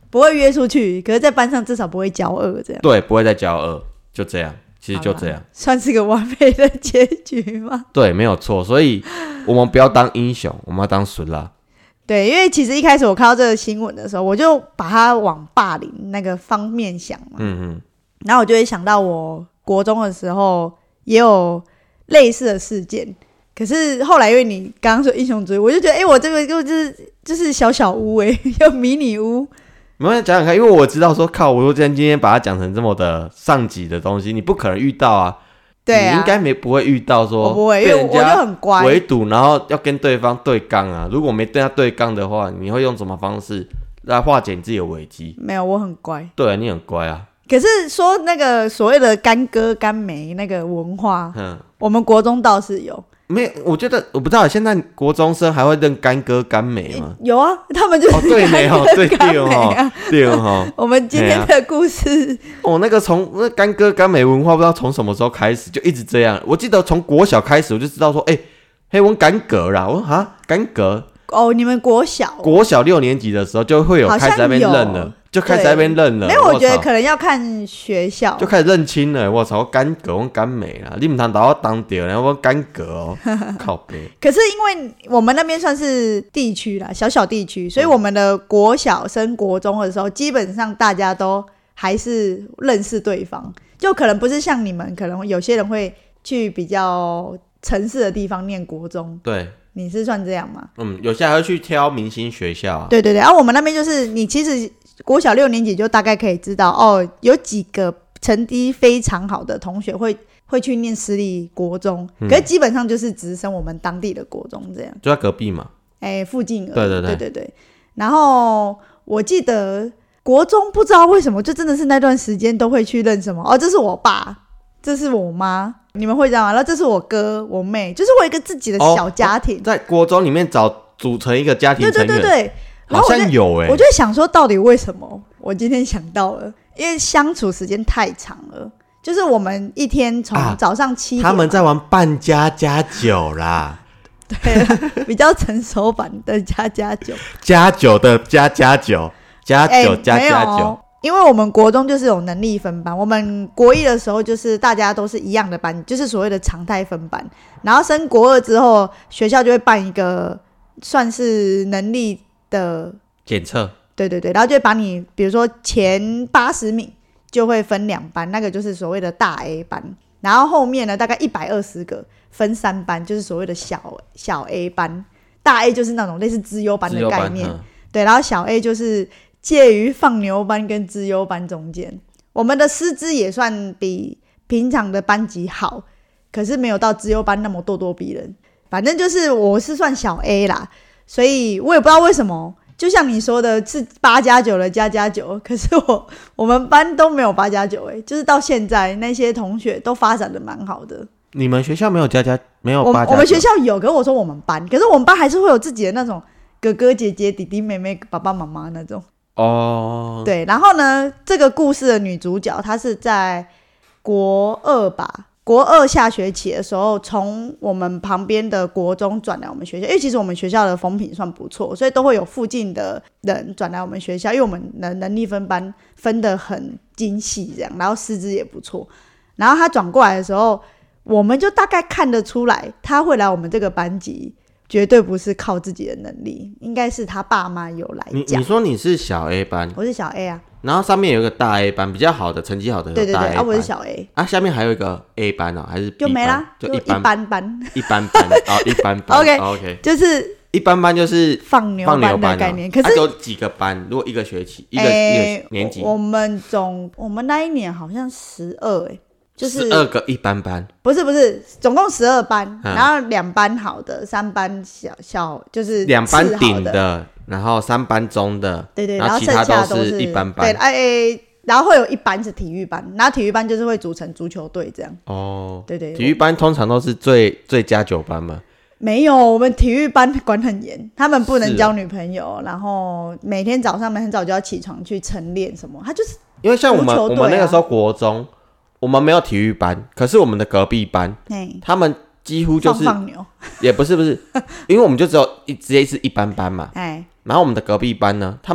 不会约出去，可是在班上至少不会骄傲这样。 对，不会再骄傲，就这样，其实就这样， 算是个完美的结局吗？ 对，没有错。所以我们不要当英雄，我们要当孙啦。 对，因为其实一开始我看到这个新闻的时候，我就把它往霸凌那个方面想嘛。嗯嗯。然后我就会想到我国中的时候也有类似的事件，可是后来因为你刚刚说英雄主义，我就觉得哎、欸，我这个就是就是小小屋哎、欸，有迷你屋。 没有讲讲看，因为我知道说靠，我今天今天把它讲成这么的上级的东西，你不可能遇到啊。对啊，你应该没不会遇到说， 我不会，因为我就很乖， 围堵，然后要跟对方对刚啊。如果没跟他对刚的话，你会用什么方式来化解你自己的危机？ 没有，我很乖。 对啊，你很乖啊。 可是说那个所谓的干哥干妹那个文化，嗯，我们国中倒是有。 没有，我觉得我不知道，现在国中生还会认干哥干妹吗？ 有啊，他们就是干哥干妹啊，对哦。 我们今天的故事， 哦，那个从那干哥干妹文化不知道从什么时候开始就一直这样。我记得从国小开始我就知道说，哎、欸，嘿，我干哥啦，我说啊，干哥。 哦，你们国小国小六年级的时候就会有开始在那边认了，就开始在那边认了。 没有，我觉得可能要看学校， 就开始认清了。我操，我干哥，我干妹啦，你们谈到我当掉，然后我干哥哦，靠北。 可是因为我们那边算是地区啦，小小地区，所以我们的国小升国中的时候，基本上大家都还是认识对方，就可能不是像你们，可能有些人会去比较城市的地方念国中。 对。 你是算这样吗？ 嗯，有些还会去挑明星学校啊。 对对对，然后、啊、我们那边就是你其实国小六年级就大概可以知道哦，有几个成绩非常好的同学会会去念私立国中，嗯、可是基本上就是直升我们当地的国中这样， 就在隔壁嘛。 哎，附近而已。 对对对对对对。然后我记得国中不知道为什么，就真的是那段时间都会去认什么哦，这是我爸，这是我妈。你们会这样吗？然后这是我哥我妹，就是我一个自己的小家庭、哦、 在国中里面找组成一个家庭成员。 对对对对， 好像有哎、欸， 我就想说到底为什么我今天想到了，因为相处时间太长了，就是我们一天从早上七点、啊、 他们在玩扮家家酒啦。 对啦，比较成熟版的家家酒， 家酒的家家酒，家酒家家酒。 因为我们国中就是有能力分班，我们国一的时候就是大家都是一样的班，就是所谓的常态分班，然后升国二之后学校就会办一个算是能力的检测， 对对对，然后就会把你比如说前八十名就会分两班，那个就是所谓的大 A 班，然后后面呢大概一百二十个分三班，就是所谓的小小 A 班，大 A 就是那种类似资优班的概念、嗯、对，然后小 A 就是介于放牛班跟资优班中间，我们的师资也算比平常的班级好，可是没有到资优班那么咄咄逼人。反正就是我是算小 A 啦，所以我也不知道为什么，就像你说的是八加九的加加九，可是我我们班都没有八加九哎，就是到现在那些同学都发展的蛮好的。 你们学校没有加加没有八加九？ 我们学校有，可是我说我们班，可是我们班还是会有自己的那种哥哥姐姐弟弟妹妹爸爸妈妈那种。哦、oh. 对，然后呢这个故事的女主角她是在国二吧，国二下学期的时候从我们旁边的国中转来我们学校，因为其实我们学校的风评算不错，所以都会有附近的人转来我们学校，因为我们的能力分班分得很精细这样，然后师资也不错，然后她转过来的时候我们就大概看得出来她会来我们这个班级绝对不是靠自己的能力，应该是他爸妈有来讲。 你, 你说你是小 A 班？ 我是小 A 啊， 然后上面有一个大 A 班，比较好的成绩好的有大 A 班。对对对， 啊我是小 A 啊，下面还有一个 A 班哦，还是 B 班？ 就没啦， 就一般班班一般班哦，一般班 OK OK， 就是一般班就是放牛班的概念。 哦、 可是、 啊、有几个班？如果一个学期一个、欸、一个年级， 我们总我们那一年好像十二哎。就是十二个一般班， 不是不是，总共十二班、嗯，然后两班好的，三班小小就是两班顶的，然后三班中的， 对对， 然后其他都是一般班， 对，哎、欸，然后会有一班是体育班，然后体育班就是会组成足球队这样。哦，对对， 体育班通常都是最最加九班嘛。 没有，我们体育班管很严，他们不能交女朋友，然后每天早上很早就要起床去晨练什么，他就是因为像我们、啊、我们那个时候国中。我们没有体育班，可是我们的隔壁班，他们几乎就是放放牛， 也不是不是，因为我们就只有一直接是一般班嘛，然后我们的隔壁班呢，他们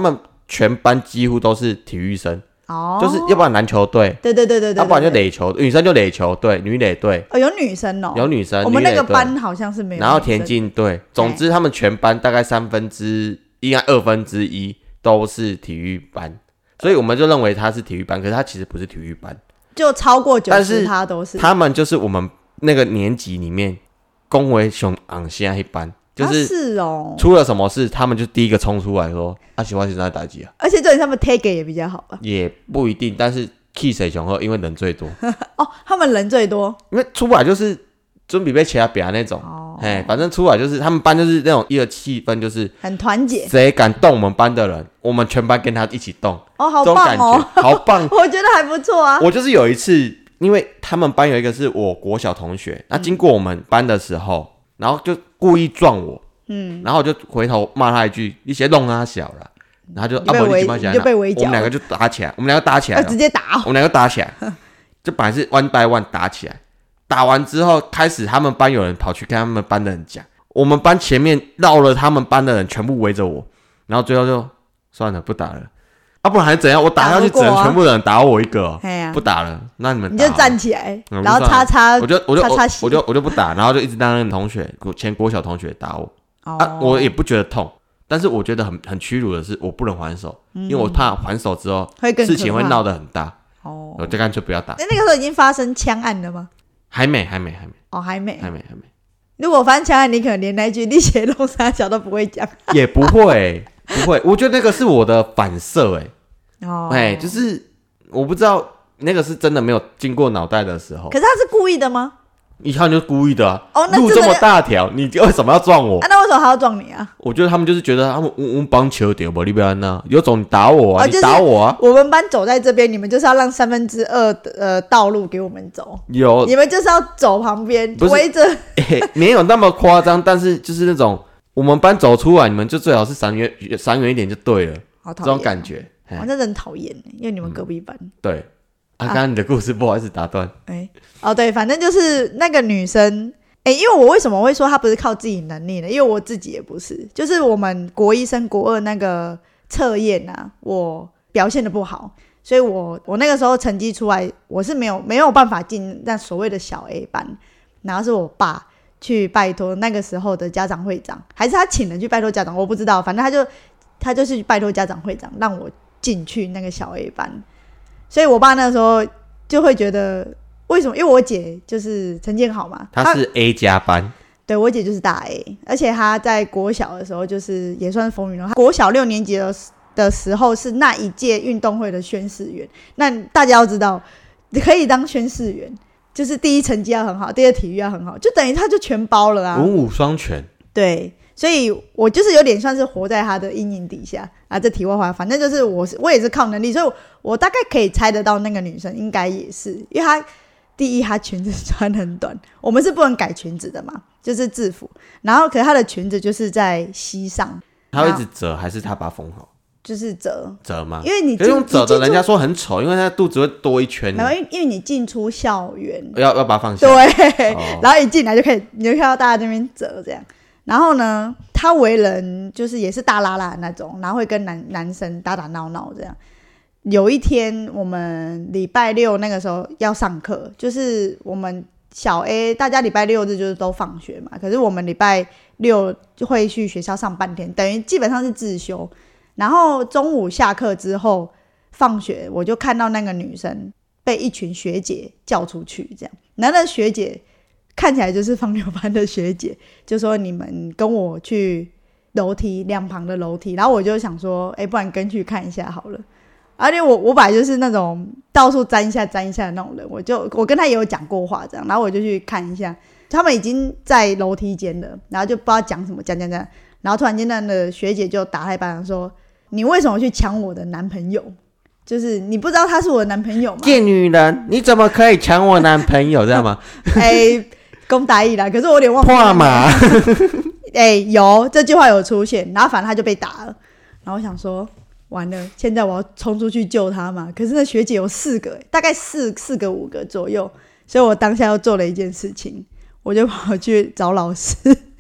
全班几乎都是体育生。 哦， 就是要不然篮球队， 对对对对对， 要不然就垒球，女生就垒球队，女垒队。 哦，有女生哦， 有女生。 我们那个班好像是没有。 然后田径队，总之他们全班大概三分之，应该二分之一都是体育班，所以我们就认为他是体育班，可是他其实不是体育班， 就超过九十他都是。 他们就是我们那个年级里面恭维熊昂现在一班。就是是哦， 出了什么事，他们就第一个冲出来说：“啊，喜欢现在打击啊！” 而且对他们 take 也比较好吧？ 也不一定，但是 key 谁雄厚，因为人最多。 哦，他们人最多， 因为出来就是准比被其他别那种，哎、哦，反正出来就是他们班就是那种一个气氛，就是很团结。 谁敢动我们班的人，我们全班跟他一起动。 哦，好棒哦，这种感觉好棒， 我觉得还不错啊。 我就是有一次，因为他们班有一个是我国小同学，那经过我们班的时候，嗯、然后就故意撞我。嗯，然后我就回头骂他一句：“你先弄他小了。”然后就啊，不，你就被围剿， 我们两个就打起来，我们两个打起来了， 直接打、哦， 我们两个打起来，就本来是 one by one 打起来，打完之后开始他们班有人跑去跟他们班的人讲，我们班前面绕了他们班的人全部围着我，然后最后就算了不打了，啊不然还怎样？我打下去只能全部的人打我一个、哦啊，不打了，那你们打你就站起来， 嗯、 然后叉叉， 我就我就叉叉我就我就不打，然后就一直让那个同学前国小同学打我。哦、啊，我也不觉得痛，但是我觉得很很屈辱的是，我不能还手、嗯，因为我怕还手之后事情会闹得很大。哦，我就干脆不要打。 那那个时候已经发生枪案了吗？ 还没，还没，还没。 哦，还没， 还没，还没。 如果发生枪案，你可能连那句“你写弄啥小”都不会讲。 也不会、欸，不会。我觉得那个是我的反射、欸，哎，哦，哎，就是我不知道那个是真的没有经过脑袋的时候。 可是他是故意的吗？ 一看就是故意的啊！ 哦，那路这么大条，你为什么要撞我？ 啊，那为什么还要撞你啊？ 我觉得他们就是觉得他们我们帮球丢吧，你不要那有种你打我啊， 哦、 你打我啊！ 我们班走在这边，你们就是要让三分之二的呃道路给我们走。 有， 你们就是要走旁边围着、 欸，没有那么夸张，但是就是那种我们班走出来，你们就最好是闪远闪远一点就对了。 好讨厌、啊， 这种感觉， 我、哦、真的很讨厌，因为你们隔壁班。 嗯、对。啊，刚刚你的故事不好意思打断。 哎、欸，哦对，反正就是那个女生，哎、欸，因为我为什么会说她不是靠自己能力呢？因为我自己也不是，就是我们国一升国二那个测验啊，我表现的不好，所以我我那个时候成绩出来，我是没有没有办法进那所谓的小 A 班，然后是我爸去拜托那个时候的家长会长，还是他请人去拜托家长，我不知道，反正他就他就是拜托家长会长让我进去那个小 A 班。所以我爸那时候就会觉得为什么？因为我姐就是成绩很好嘛， 她是 A 加班， 对，我姐就是大 A， 而且她在国小的时候就是也算是风云人物。国小六年级的的时候是那一届运动会的宣誓员，那大家要知道，可以当宣誓员，就是第一成绩要很好，第二体育要很好，就等于他就全包了啊， 文武双全。 对。所以我就是有点算是活在他的阴影底下啊。这题外话，反正就是我是我也是靠能力，所以 我, 我大概可以猜得到那个女生应该也是，因为她第一她裙子穿很短，我们是不能改裙子的嘛，就是制服，然后可是她的裙子就是在膝上， 她会一直折还是她把它缝好？ 就是折折吗？ 因为你用折的，人家说很丑，因为她肚子会多一圈。 没有，因为你进出校园要要把它放下。 对、 哦， 然后一进来就可以，你就看到大家在那边折这样。然后呢，他为人就是也是大拉拉的那种，然后会跟 男, 男生打打闹闹这样。有一天我们礼拜六那个时候要上课，就是我们小 A 大家礼拜六日就是都放学嘛，可是我们礼拜六就会去学校上半天，等于基本上是自修。然后中午下课之后放学，我就看到那个女生被一群学姐叫出去这样，然后那学姐看起来就是放牛班的学姐，就说你们跟我去楼梯两旁的楼梯，然后我就想说，哎、欸，不然跟去看一下好了。而且我我本来就是那种到处沾一下沾一下的那种人，我就我跟他也有讲过话这样，然后我就去看一下，他们已经在楼梯间了，然后就不知道讲什么，讲讲讲，然后突然间那个学姐就打开班长说，你为什么去抢我的男朋友？就是你不知道他是我的男朋友吗？ 贱女人，你怎么可以抢我男朋友？这样吗？ 哎、欸，公打义啦，可是我有点忘了。 话嘛， 哎、欸，有这句话有出现，然后反正他就被打了。然后我想说，完了，现在我要冲出去救他嘛。可是那学姐有四个，大概四四个五个左右，所以我当下又做了一件事情，我就跑去找老师，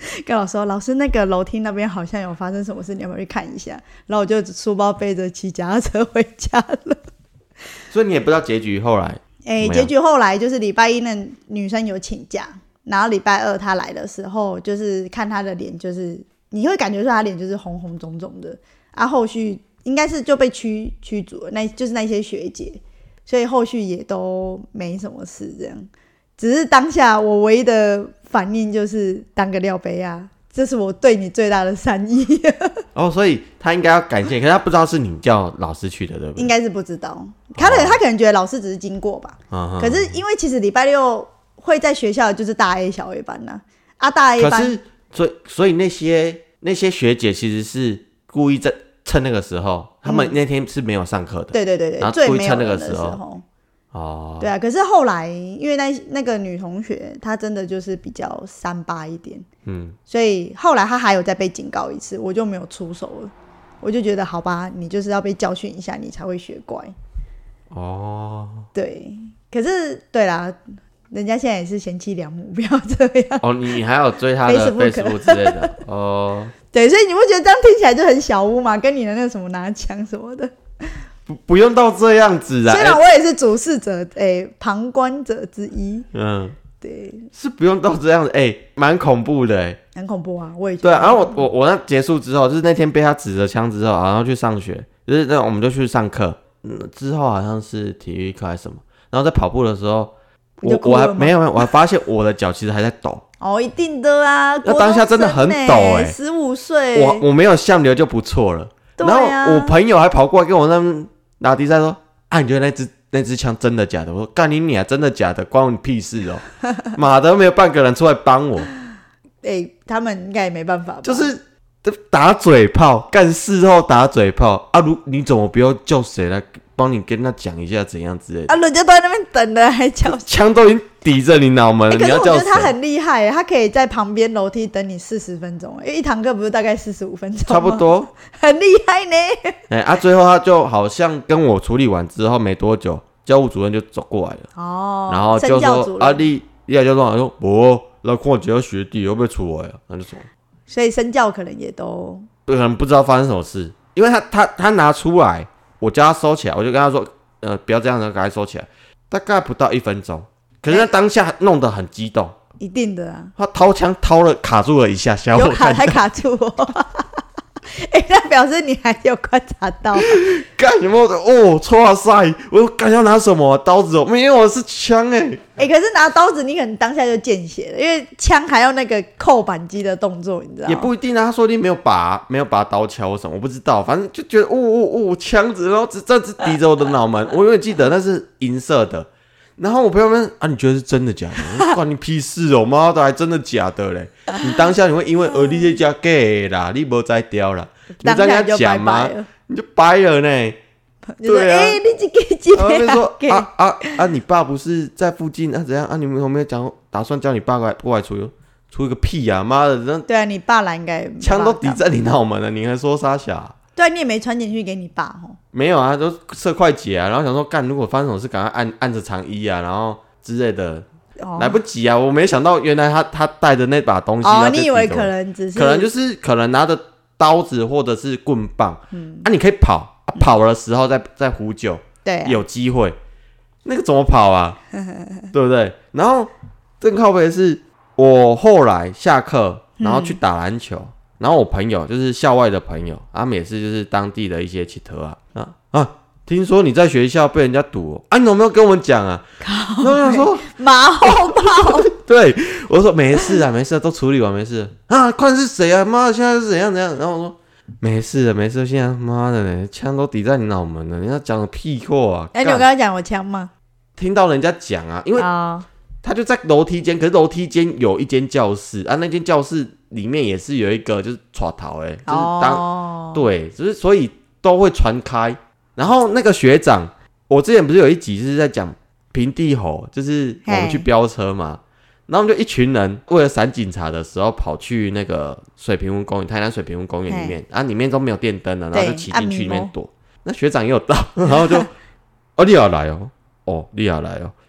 跟老师说，老师那个楼梯那边好像有发生什么事，你要不要去看一下？然后我就书包背着骑脚踏车回家了。 所以你也不知道结局后来？ 哎、欸，结局后来就是礼拜一那女生有请假，然后礼拜二她来的时候，就是看她的脸，就是你会感觉说她脸就是红红肿肿的啊。后续应该是就被驱驱逐了，那就是那些学姐，所以后续也都没什么事这样。只是当下我唯一的反应就是当个料杯啊，这是我对你最大的善意。 哦，所以他应该要感谢，可是他不知道是你叫老师去的，对不对？ 应该是不知道，他可能、哦、他可能觉得老师只是经过吧。嗯、可是因为其实礼拜六会在学校就是大 A 小 A 班呐、啊，啊大 A 班， 可是所以所以那些那些学姐其实是故意在趁那个时候，他们那天是没有上课的、嗯， 对对对对， 然后故意趁那个时候。 哦，对啊，可是后来因为那那个女同学她真的就是比较三八一点，嗯，所以后来她还有再被警告一次，我就没有出手了，我就觉得好吧，你就是要被教训一下，你才会学乖。哦，对，可是对啦，人家现在也是贤妻良母，不要这样。 哦，你还有追她的 Facebook 之类的哦。 对，所以你不觉得这样听起来就很小污吗？跟你的那个什么拿枪什么的。 不, 不用到这样子啊！ 虽然我也是主事者，哎、欸，旁观者之一。嗯，对， 是不用到这样子，哎、欸，蛮恐怖的、欸，哎， 很恐怖啊！我也觉得。 对啊，然后我我我那结束之后，就是那天被他指着枪之后，然后去上学，就是那我们就去上课。嗯，之后好像是体育课还是什么，然后在跑步的时候，我我还没有没有，我还发现我的脚其实还在抖。 哦，一定的啊！ 那当下真的很抖哎、欸， 十五岁， 我我没有像流就不错了。 啊、 然后我朋友还跑过来跟我那拉迪赛说：“啊，你觉得那支那支枪真的假的？”我说：“干你娘，真的假的？关我屁事哦！妈的，没有半个人出来帮我。” 哎、欸，他们应该也没办法吧？ 就是打嘴炮，干事后打嘴炮啊！如你怎么不要叫谁来帮你跟他讲一下怎样之类的？ 啊，人家都在那边等了，还叫枪都已经抵着你脑门了， 欸、 你要叫谁？ 可是我觉得他很厉害，他可以在旁边楼梯等你四十分钟，因为一堂课不是大概四十五分钟， 差不多， 很厉害呢。 哎、欸、啊，最后他就好像跟我处理完之后没多久，教务主任就走过来了，哦，然后就说：“啊，你你来教授说，我来看几个学弟会不会出来啊？”他就说， 所以身教可能也都可能不知道发生什么事，因为他他他拿出来，我叫他收起来，我就跟他说：“呃，不要这样子，赶快收起来。”大概不到一分钟。可是他当下弄得很激动、欸， 一定的啊！ 他掏枪掏了，卡住了一下，小有卡还卡住哦。哎、欸，那表示你还有观察到。 干有没有？哦，哇塞！我说干要拿什么、啊、刀子哦？没有，是枪哎、欸。 哎、欸，可是拿刀子你可能当下就见血了，因为枪还要那个扣扳机的动作，你知道吗？ 也不一定啊，他说你没有把没有把刀敲什么，我不知道，反正就觉得哦哦哦，枪子，然后这这抵着我的脑门，我永远记得那是银色的。然后我朋友们啊，你觉得是真的假的？关你屁事哦！妈的，还真的假的嘞？你当下你会因为呃，你这家 gay 啦，你没在掉啦，你这样讲吗？你就掰了呢。对啊， 哎、欸，你这个这个、啊， 然后说啊啊啊，你爸不是在附近啊？怎样啊？你们有没有讲打算叫你爸过来过来出出一个屁呀、啊？妈的，那对啊，你爸来应该枪都抵在你脑门了，你还说啥小？ 对啊，你也没传简讯给你爸吼？ 没有啊，都射快解啊，然后想说干，如果发生什么事，赶快按按着长衣啊，然后之类的，哦、来不及啊！我没想到原来他他带的那把东西， 哦，你以为可能只是可能就是可能拿着刀子或者是棍棒，嗯，啊，你可以跑，啊、跑的时候再再呼救， 对、啊， 有机会，那个怎么跑啊？对不对？然后更靠北的是，我后来下课，然后去打篮球。嗯，然后我朋友就是校外的朋友，他们也是就是当地的一些乞头啊啊啊！听说你在学校被人家堵、哦、啊，你有没有跟我们讲啊？然后我说马后炮， 对我说没事啊，没事、啊，都处理完没事啊。看是谁啊？妈的，现在是怎样怎样？然后我说没事的，没事。现在妈的呢，枪都抵在你脑门了，人家讲的屁话啊！ 哎、欸，你有跟他讲我枪吗？ 听到人家讲啊，因为他就在楼梯间，可是楼梯间有一间教室啊，那间教室里面也是有一个就是耍逃哎，就是当、哦、对，就是所以都会传开。然后那个学长，我之前不是有一集是在讲平地吼，就是我们去飙车嘛，然后我们就一群人为了闪警察的时候跑去那个水平温公园，台南水平温公园里面，啊里面都没有电灯了，然后就骑进去里面躲。那学长也有到，然后就哦你也来哦，哦你也来哦。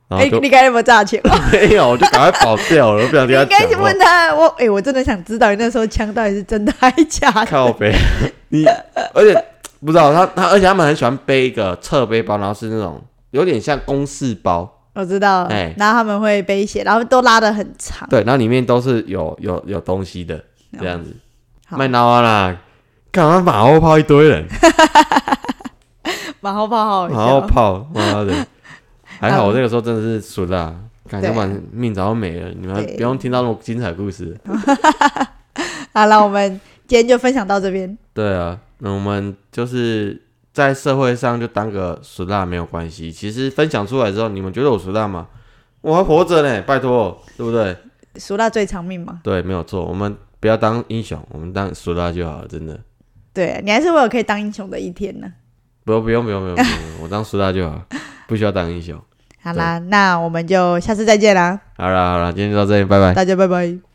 然后就、 欸、你刚才有没有诈钱？ 没有，我就赶快跑掉了，我不想听他讲话。 你应该问他，我哎、欸，我真的想知道你那时候枪到底是真的还是假的？ 靠北，你而且不知道他他，而且他们很喜欢背一个侧背包，然后是那种有点像公事包。 我知道，欸、然后他们会背血，然后都拉得很长。 对，然后里面都是有有有东西的，这样子。卖闹啊啦，干嘛马后炮一堆人？ 马后炮好笑， 马后炮，妈的！还好我那个时候真的是输啦，感觉完命早就没了。你们不用听到那么精彩的故事。 好了，我们今天就分享到这边。 对啊，那我们就是在社会上就当个输啦没有关系。其实分享出来之后，你们觉得我输啦吗？我还活着呢，拜托，对不对？ 输啦最长命嘛。 对，没有错。我们不要当英雄，我们当输啦就好了，真的。 对，你还是会有可以当英雄的一天呢。 不用不用不用不用不用，我当输啦就好，不需要当英雄。 好啦，那我们就下次再见啦。 好啦好啦，今天就到这里，拜拜， 大家拜拜。